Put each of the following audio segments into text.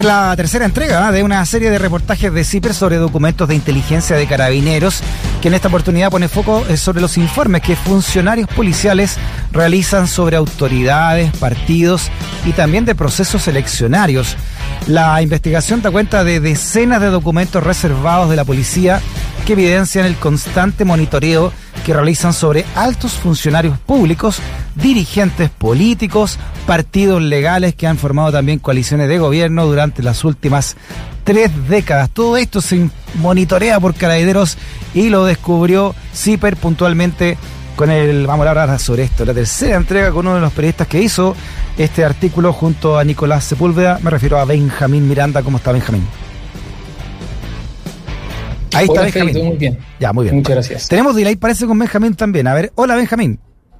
La tercera entrega de una serie de reportajes de CIPER sobre documentos de inteligencia de Carabineros, que en esta oportunidad pone foco sobre los informes que funcionarios policiales realizan sobre autoridades, partidos y también de procesos eleccionarios. La investigación da cuenta de decenas de documentos reservados de la policía que evidencian el constante monitoreo que realizan sobre altos funcionarios públicos, dirigentes políticos, partidos legales que han formado también coaliciones de gobierno durante las últimas 3 décadas. Todo esto se monitorea por Carabineros y lo descubrió CIPER puntualmente con vamos a hablar sobre esto, la tercera entrega con uno de los periodistas que hizo este artículo junto a Nicolás Sepúlveda. Me refiero a Benjamín Miranda. ¿Cómo está, Benjamín? Ahí hola, está Benjamín. Freddy, muy bien. Ya, muy bien. Muchas gracias. Tenemos delay, parece, con Benjamín también. A ver, hola, Benjamín.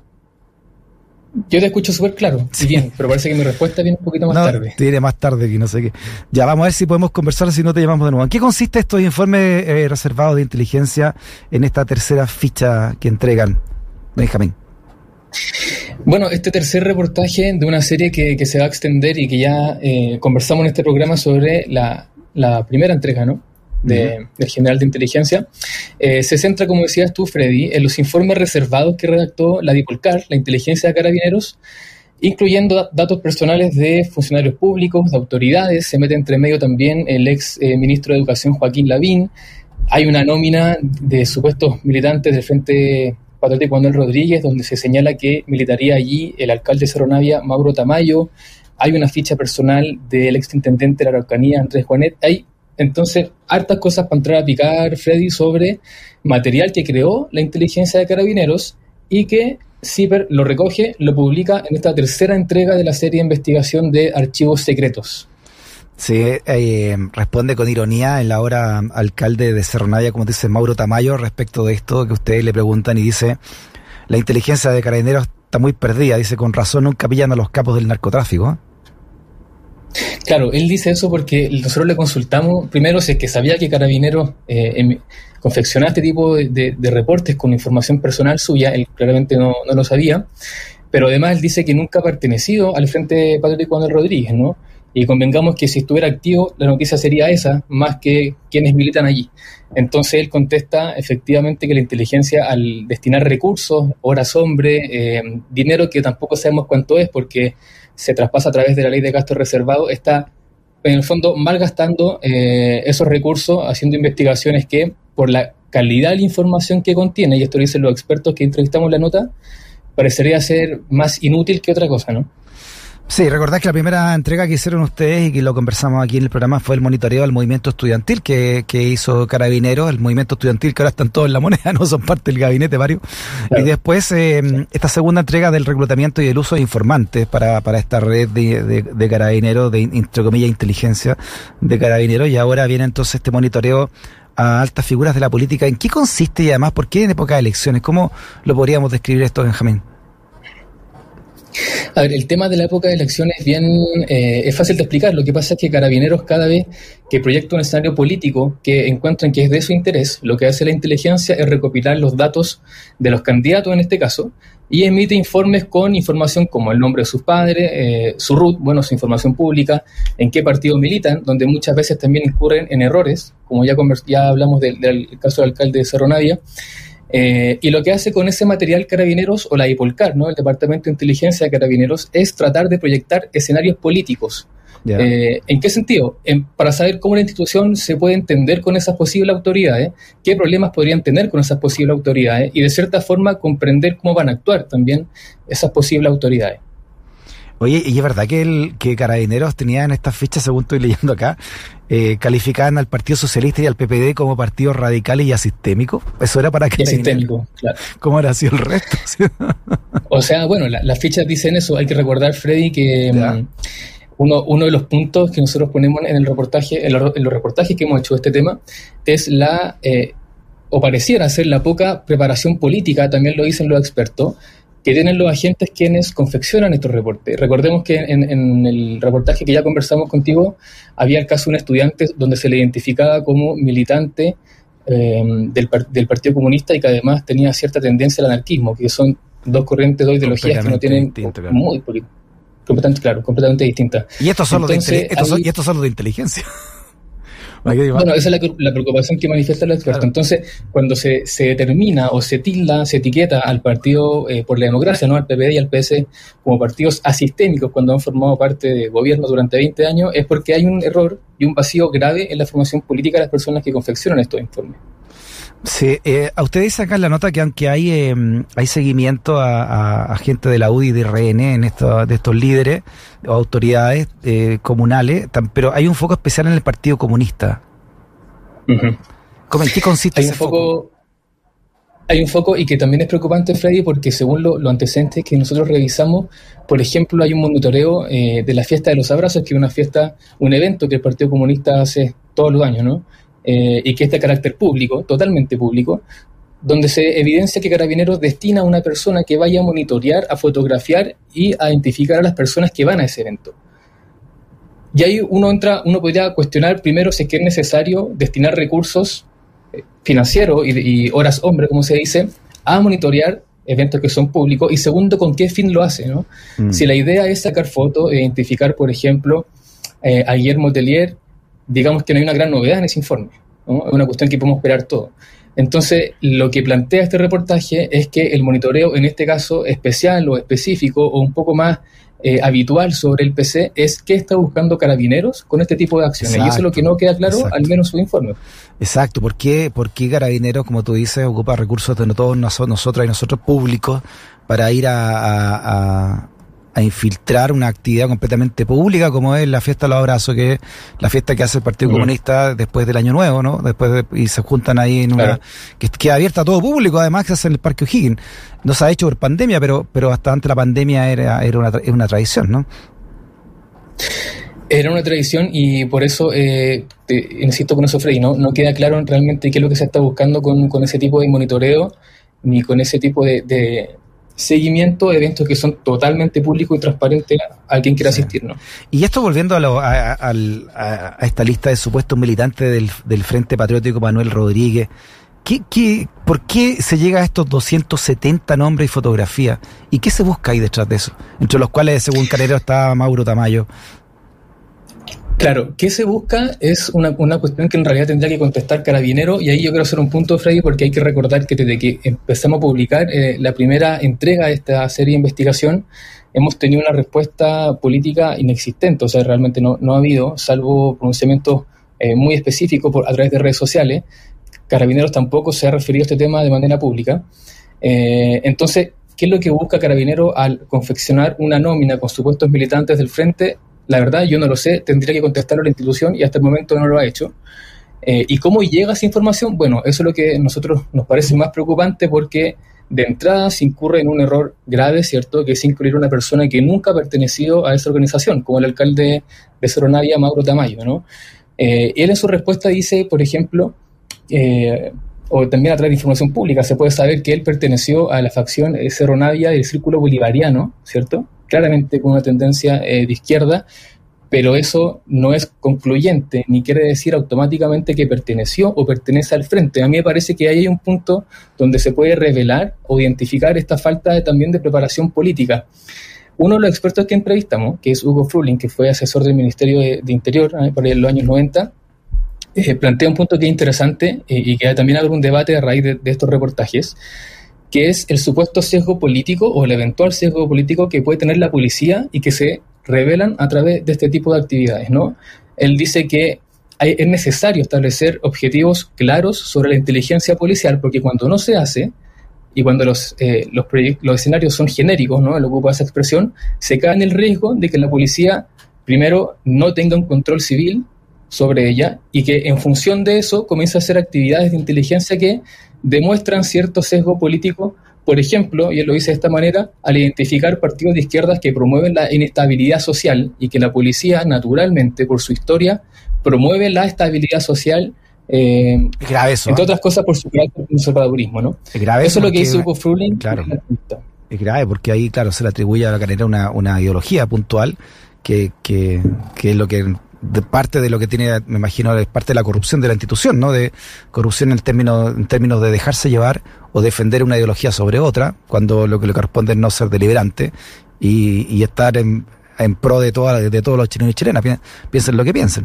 Yo te escucho súper claro, sí, bien, pero parece que mi respuesta viene un poquito más tarde. Te diré más tarde, que no sé qué. Ya, vamos a ver si podemos conversar, si no te llamamos de nuevo. ¿En qué consiste estos informes reservados de inteligencia en esta tercera ficha que entregan, Benjamín? Bueno, este tercer reportaje de una serie que se va a extender y que ya conversamos en este programa sobre la primera entrega, ¿no? Del General de Inteligencia, se centra, como decías tú, Freddy, en los informes reservados que redactó la DIPOLCAR, la Inteligencia de Carabineros, incluyendo datos personales de funcionarios públicos, de autoridades. Se mete entre medio también el ex ministro de Educación, Joaquín Lavín. Hay una nómina de supuestos militantes del Frente Patriótico Manuel Rodríguez, donde se señala que militaría allí el alcalde de Cerro Navia, Mauro Tamayo. Hay una ficha personal del exintendente de la Araucanía, Andrés Juanet. Hay entonces hartas cosas para entrar a picar, Freddy, sobre material que creó la inteligencia de Carabineros y que CIPER lo recoge, lo publica en esta tercera entrega de la serie de investigación de archivos secretos. Sí, responde con ironía el ahora alcalde de Cerro Navia, como dice Mauro Tamayo, respecto de esto que ustedes le preguntan, y dice: la inteligencia de Carabineros está muy perdida, dice, con razón nunca pillan a los capos del narcotráfico. Claro, él dice eso porque nosotros le consultamos primero si es que sabía que Carabineros confeccionaba este tipo de reportes con información personal suya. Él claramente no lo sabía, pero además él dice que nunca ha pertenecido al Frente Patriótico Manuel Rodríguez, ¿no? Y convengamos que si estuviera activo, la noticia sería esa, más que quienes militan allí. Entonces él contesta efectivamente que la inteligencia, al destinar recursos, horas hombre, dinero que tampoco sabemos cuánto es porque se traspasa a través de la ley de gastos reservados, está en el fondo malgastando esos recursos haciendo investigaciones que, por la calidad de la información que contiene, y esto lo dicen los expertos que entrevistamos en la nota, parecería ser más inútil que otra cosa, ¿no? Sí, recordad que la primera entrega que hicieron ustedes y que lo conversamos aquí en el programa fue el monitoreo al movimiento estudiantil que hizo Carabineros, el movimiento estudiantil que ahora están todos en la moneda, no son parte del gabinete varios. Claro. Y después esta segunda entrega del reclutamiento y el uso de informantes para esta red de Carabineros, de entre comillas inteligencia de Carabineros, y ahora viene entonces este monitoreo a altas figuras de la política. ¿En qué consiste y además por qué en época de elecciones? ¿Cómo lo podríamos describir esto, Benjamín? A ver, el tema de la época de elecciones es fácil de explicar. Lo que pasa es que Carabineros, cada vez que proyecta un escenario político que encuentran que es de su interés, lo que hace la inteligencia es recopilar los datos de los candidatos en este caso y emite informes con información como el nombre de sus padres, su RUT, bueno, su información pública, en qué partido militan, donde muchas veces también incurren en errores, como ya hablamos del caso del alcalde de Cerro Navia. Y lo que hace con ese material Carabineros o la DIPOLCAR, ¿no? El Departamento de Inteligencia de Carabineros, es tratar de proyectar escenarios políticos. Yeah. ¿En qué sentido? Para saber cómo la institución se puede entender con esas posibles autoridades, qué problemas podrían tener con esas posibles autoridades y de cierta forma comprender cómo van a actuar también esas posibles autoridades. Oye, ¿y es verdad que Carabineros tenía en estas fichas, según estoy leyendo acá, calificaban al Partido Socialista y al PPD como partidos radicales y asistémicos? ¿Eso era para que asistémico, claro. ¿Cómo habrá sido el resto? O sea, bueno, las fichas dicen eso. Hay que recordar, Freddy, que uno de los puntos que nosotros ponemos en el reportaje, en los reportajes que hemos hecho de este tema, es o pareciera ser la poca preparación política, también lo dicen los expertos, que tienen los agentes quienes confeccionan estos reportes. Recordemos que en el reportaje que ya conversamos contigo, había el caso de un estudiante donde se le identificaba como militante del Partido Comunista y que además tenía cierta tendencia al anarquismo, que son dos corrientes, dos ideologías que no tienen muy políticas. completamente distinta. Y estos son los de inteligencia. Bueno, esa es la preocupación que manifiesta el experto. Claro. Entonces, cuando se determina o se tilda, se etiqueta al Partido por la Democracia, ¿no?, al PPD y al PS, como partidos asistémicos cuando han formado parte de gobierno durante 20 años, es porque hay un error y un vacío grave en la formación política de las personas que confeccionan estos informes. Sí, a usted dice acá en la nota que aunque hay seguimiento a gente de la UDI y de RN de estos líderes o autoridades comunales, pero hay un foco especial en el Partido Comunista. Uh-huh. ¿En qué consiste ese foco? Hay un foco, y que también es preocupante, Freddy, porque según los antecedentes que nosotros revisamos, por ejemplo, hay un monitoreo de la Fiesta de los Abrazos, que es un evento que el Partido Comunista hace todos los años, ¿no? Y que es de carácter público, totalmente público, donde se evidencia que Carabineros destina a una persona que vaya a monitorear, a fotografiar y a identificar a las personas que van a ese evento. Y ahí uno podría cuestionar primero si es que es necesario destinar recursos financieros y horas hombre, como se dice, a monitorear eventos que son públicos, y segundo, con qué fin lo hace, ¿no? Si la idea es sacar fotos, identificar, por ejemplo, a Guillermo Tellier, digamos que no hay una gran novedad en ese informe, ¿no? Es una cuestión que podemos esperar todo. Entonces, lo que plantea este reportaje es que el monitoreo, en este caso especial o específico o un poco más habitual sobre el PC, es qué está buscando Carabineros con este tipo de acciones. Exacto, y eso es lo que no queda claro, exacto, al menos en su informe. Exacto, ¿por qué Carabineros, como tú dices, ocupa recursos de todos nosotras y nosotros públicos para ir a infiltrar una actividad completamente pública como es la Fiesta de los Abrazos, que es la fiesta que hace el Partido Comunista después del Año Nuevo, ¿no? Y se juntan ahí en una que queda abierta a todo público, además, que se hace en el Parque O'Higgins. No se ha hecho por pandemia, pero hasta antes de la pandemia era una tradición, ¿no? Era una tradición, y por eso insisto con eso, Freddy, no queda claro realmente qué es lo que se está buscando con ese tipo de monitoreo, ni con ese tipo de seguimiento de eventos que son totalmente públicos y transparentes a quien quiera asistir, ¿no? Y esto volviendo a esta lista de supuestos militantes del Frente Patriótico Manuel Rodríguez, ¿por qué se llega a estos 270 nombres y fotografías? ¿Y qué se busca ahí detrás de eso? Entre los cuales, según Calero, está Mauro Tamayo. Claro, ¿qué se busca? Es una cuestión que en realidad tendría que contestar Carabinero, y ahí yo quiero hacer un punto, Freddy, porque hay que recordar que desde que empezamos a publicar la primera entrega de esta serie de investigación, hemos tenido una respuesta política inexistente. O sea, realmente no ha habido, salvo pronunciamientos muy específicos a través de redes sociales. Carabineros tampoco se ha referido a este tema de manera pública. Entonces, ¿qué es lo que busca Carabineros al confeccionar una nómina con supuestos militantes del Frente? La verdad, yo no lo sé, tendría que contestarlo a la institución, y hasta el momento no lo ha hecho. ¿Y cómo llega esa información? Bueno, eso es lo que a nosotros nos parece más preocupante, porque de entrada se incurre en un error grave, ¿cierto?, que es incluir a una persona que nunca ha pertenecido a esa organización, como el alcalde de Cerro Navia, Mauro Tamayo, ¿no? Él en su respuesta dice, por ejemplo, o también a través de información pública, se puede saber que él perteneció a la facción Cerro Navia del Círculo Bolivariano, ¿cierto?, claramente con una tendencia de izquierda, pero eso no es concluyente, ni quiere decir automáticamente que perteneció o pertenece al Frente. A mí me parece que ahí hay un punto donde se puede revelar o identificar esta falta también de preparación política. Uno de los expertos que entrevistamos, que es Hugo Frulin, que fue asesor del Ministerio de Interior por los años 90, plantea un punto que es interesante y que también abre un debate a raíz de estos reportajes, que es el supuesto sesgo político o el eventual sesgo político que puede tener la policía y que se revelan a través de este tipo de actividades, ¿no? Él dice que es necesario establecer objetivos claros sobre la inteligencia policial, porque cuando no se hace, y cuando los escenarios son genéricos, ¿no?, él ocupa esa expresión, se cae en el riesgo de que la policía, primero, no tenga un control civil sobre ella, y que en función de eso comienza a hacer actividades de inteligencia que demuestran cierto sesgo político. Por ejemplo, y él lo dice de esta manera, al identificar partidos de izquierdas que promueven la inestabilidad social, y que la policía, naturalmente, por su historia, promueve la estabilidad social, grave eso, entre otras cosas por su carácter conservadurismo, ¿no? Es grave eso es lo que dice Hugo Frulin. Claro, es grave porque ahí, claro, se le atribuye a la Calera una ideología puntual que es lo que de parte de lo que tiene, me imagino, es parte de la corrupción de la institución, ¿no? De corrupción en términos de dejarse llevar o defender una ideología sobre otra, cuando lo que le corresponde es no ser deliberante y estar en pro de todos los chilenos y chilenas, piensen lo que piensen.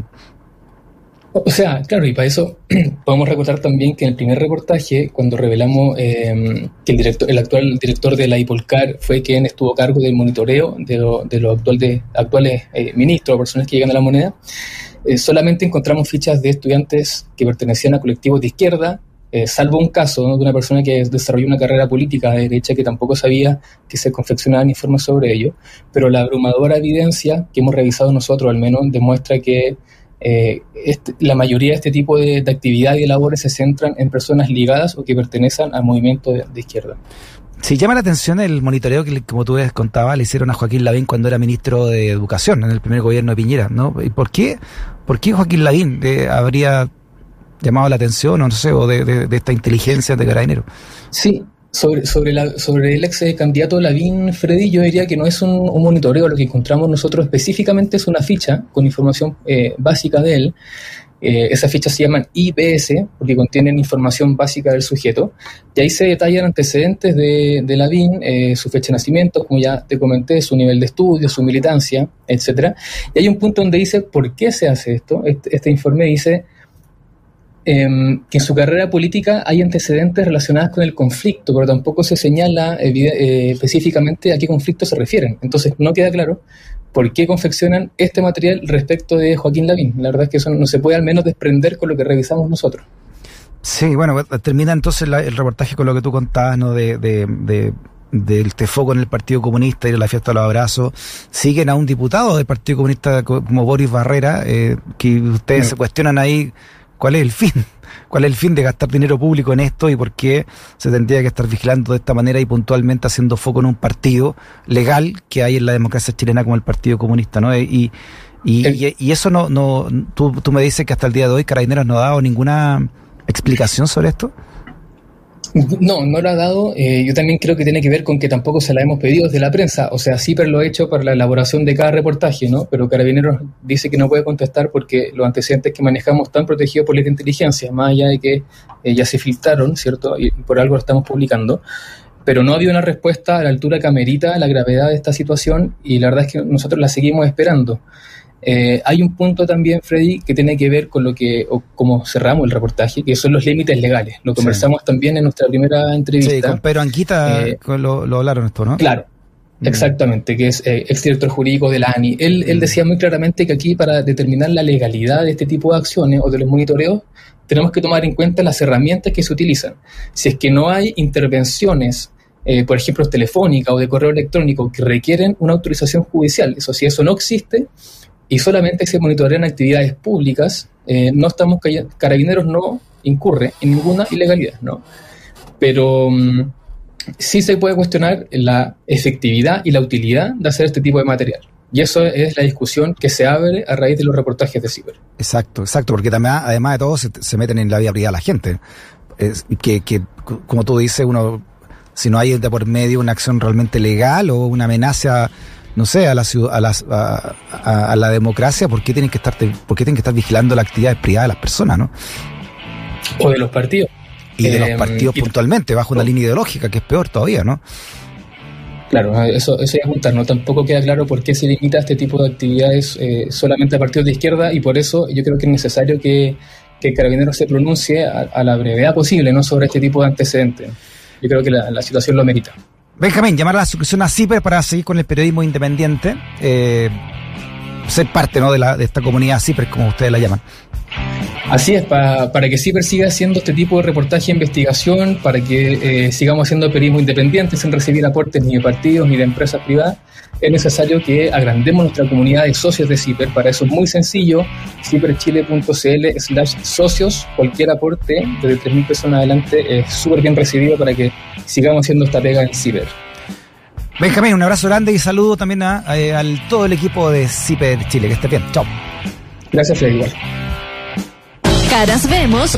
O sea, claro, y para eso podemos recordar también que en el primer reportaje, cuando revelamos que el actual director de la IPOLCAR fue quien estuvo a cargo del monitoreo de los actuales ministros o personas que llegan a la moneda, solamente encontramos fichas de estudiantes que pertenecían a colectivos de izquierda, salvo un caso, ¿no?, de una persona que desarrolló una carrera política de derecha que tampoco sabía que se confeccionaban informes sobre ello, pero la abrumadora evidencia que hemos revisado nosotros al menos demuestra que la mayoría de este tipo de actividad y de labores se centran en personas ligadas o que pertenecen al movimiento de izquierda. Sí, llama la atención el monitoreo que, como tú contabas, le hicieron a Joaquín Lavín cuando era ministro de Educación en el primer gobierno de Piñera, ¿no? ¿Y por qué Joaquín Lavín habría llamado la atención, o no sé, o de esta inteligencia de Carabineros? Sí. Sobre el ex candidato Lavín, Freddy, yo diría que no es un monitoreo. Lo que encontramos nosotros específicamente es una ficha con información básica de él. Esas fichas se llaman IBS porque contienen información básica del sujeto, y ahí se detallan antecedentes de Lavín, su fecha de nacimiento, como ya te comenté, su nivel de estudio, su militancia, etcétera. Y hay un punto donde dice por qué se hace esto. Este informe dice que en su carrera política hay antecedentes relacionados con el conflicto, pero tampoco se señala específicamente a qué conflicto se refieren. Entonces no queda claro por qué confeccionan este material respecto de Joaquín Lavín. La verdad es que eso no se puede al menos desprender con lo que revisamos nosotros. Sí, bueno, termina entonces el reportaje con lo que tú contabas, ¿no? Del foco en el Partido Comunista y de la fiesta de los abrazos. Siguen a un diputado del Partido Comunista como Boris Barrera, que ustedes se cuestionan ahí cuál es el fin. ¿Cuál es el fin de gastar dinero público en esto y por qué se tendría que estar vigilando de esta manera y puntualmente haciendo foco en un partido legal que hay en la democracia chilena como el Partido Comunista, ¿no? Y eso tú me dices que hasta el día de hoy Carabineros no ha dado ninguna explicación sobre esto. No lo ha dado. Yo también creo que tiene que ver con que tampoco se la hemos pedido desde la prensa. O sea, CIPER lo ha hecho para la elaboración de cada reportaje, ¿no? Pero Carabineros dice que no puede contestar porque los antecedentes que manejamos están protegidos por la inteligencia, más allá de que ya se filtraron, ¿cierto? Y por algo lo estamos publicando. Pero no ha habido una respuesta a la altura que amerita la gravedad de esta situación, y la verdad es que nosotros la seguimos esperando. Hay un punto también, Freddy, que tiene que ver con cómo cerramos el reportaje, que son los límites legales. Lo conversamos también en nuestra primera entrevista. Sí, con Pedro Anquita lo hablaron esto, ¿no? Claro, exactamente, que es exdirector jurídico de la ANI. Él decía muy claramente que aquí, para determinar la legalidad de este tipo de acciones o de los monitoreos, tenemos que tomar en cuenta las herramientas que se utilizan. Si es que no hay intervenciones, por ejemplo, telefónica o de correo electrónico, que requieren una autorización judicial, si eso no existe, y solamente se monitorean actividades públicas, Carabineros no incurre en ninguna ilegalidad, ¿no? Pero sí se puede cuestionar la efectividad y la utilidad de hacer este tipo de material. Y eso es la discusión que se abre a raíz de los reportajes de CIPER. Exacto, porque también, además de todo, se meten en la vida privada de la gente. Que como tú dices, si no hay de por medio una acción realmente legal o una amenaza, no sé, a la democracia, ¿por qué tienen que estar vigilando las actividades privadas de las personas, ¿no? O de los partidos. Y de los partidos puntualmente, bajo una línea ideológica, que es peor todavía, ¿no? Claro, eso es apuntar, ¿no? Tampoco queda claro por qué se limita este tipo de actividades solamente a partidos de izquierda, y por eso yo creo que es necesario que Carabineros se pronuncie a la brevedad posible, ¿no?, sobre este tipo de antecedentes. Yo creo que la situación lo merita. Benjamín, llamar a la suscripción a CIPER para seguir con el periodismo independiente, ser parte, ¿no?, de esta comunidad CIPER, como ustedes la llaman. Así es, para que CIPER siga haciendo este tipo de reportaje e investigación, para que sigamos haciendo periodismo independiente sin recibir aportes ni de partidos ni de empresas privadas, es necesario que agrandemos nuestra comunidad de socios de CIPER. Para eso es muy sencillo, ciperchile.cl/socios. Cualquier aporte desde 3.000 pesos en adelante es súper bien recibido para que sigamos haciendo esta pega en CIPER. Benjamín, un abrazo grande y saludo también al todo el equipo de CIPER Chile. Que esté bien. Chao. Gracias, Freddy. Igual. Caras vemos.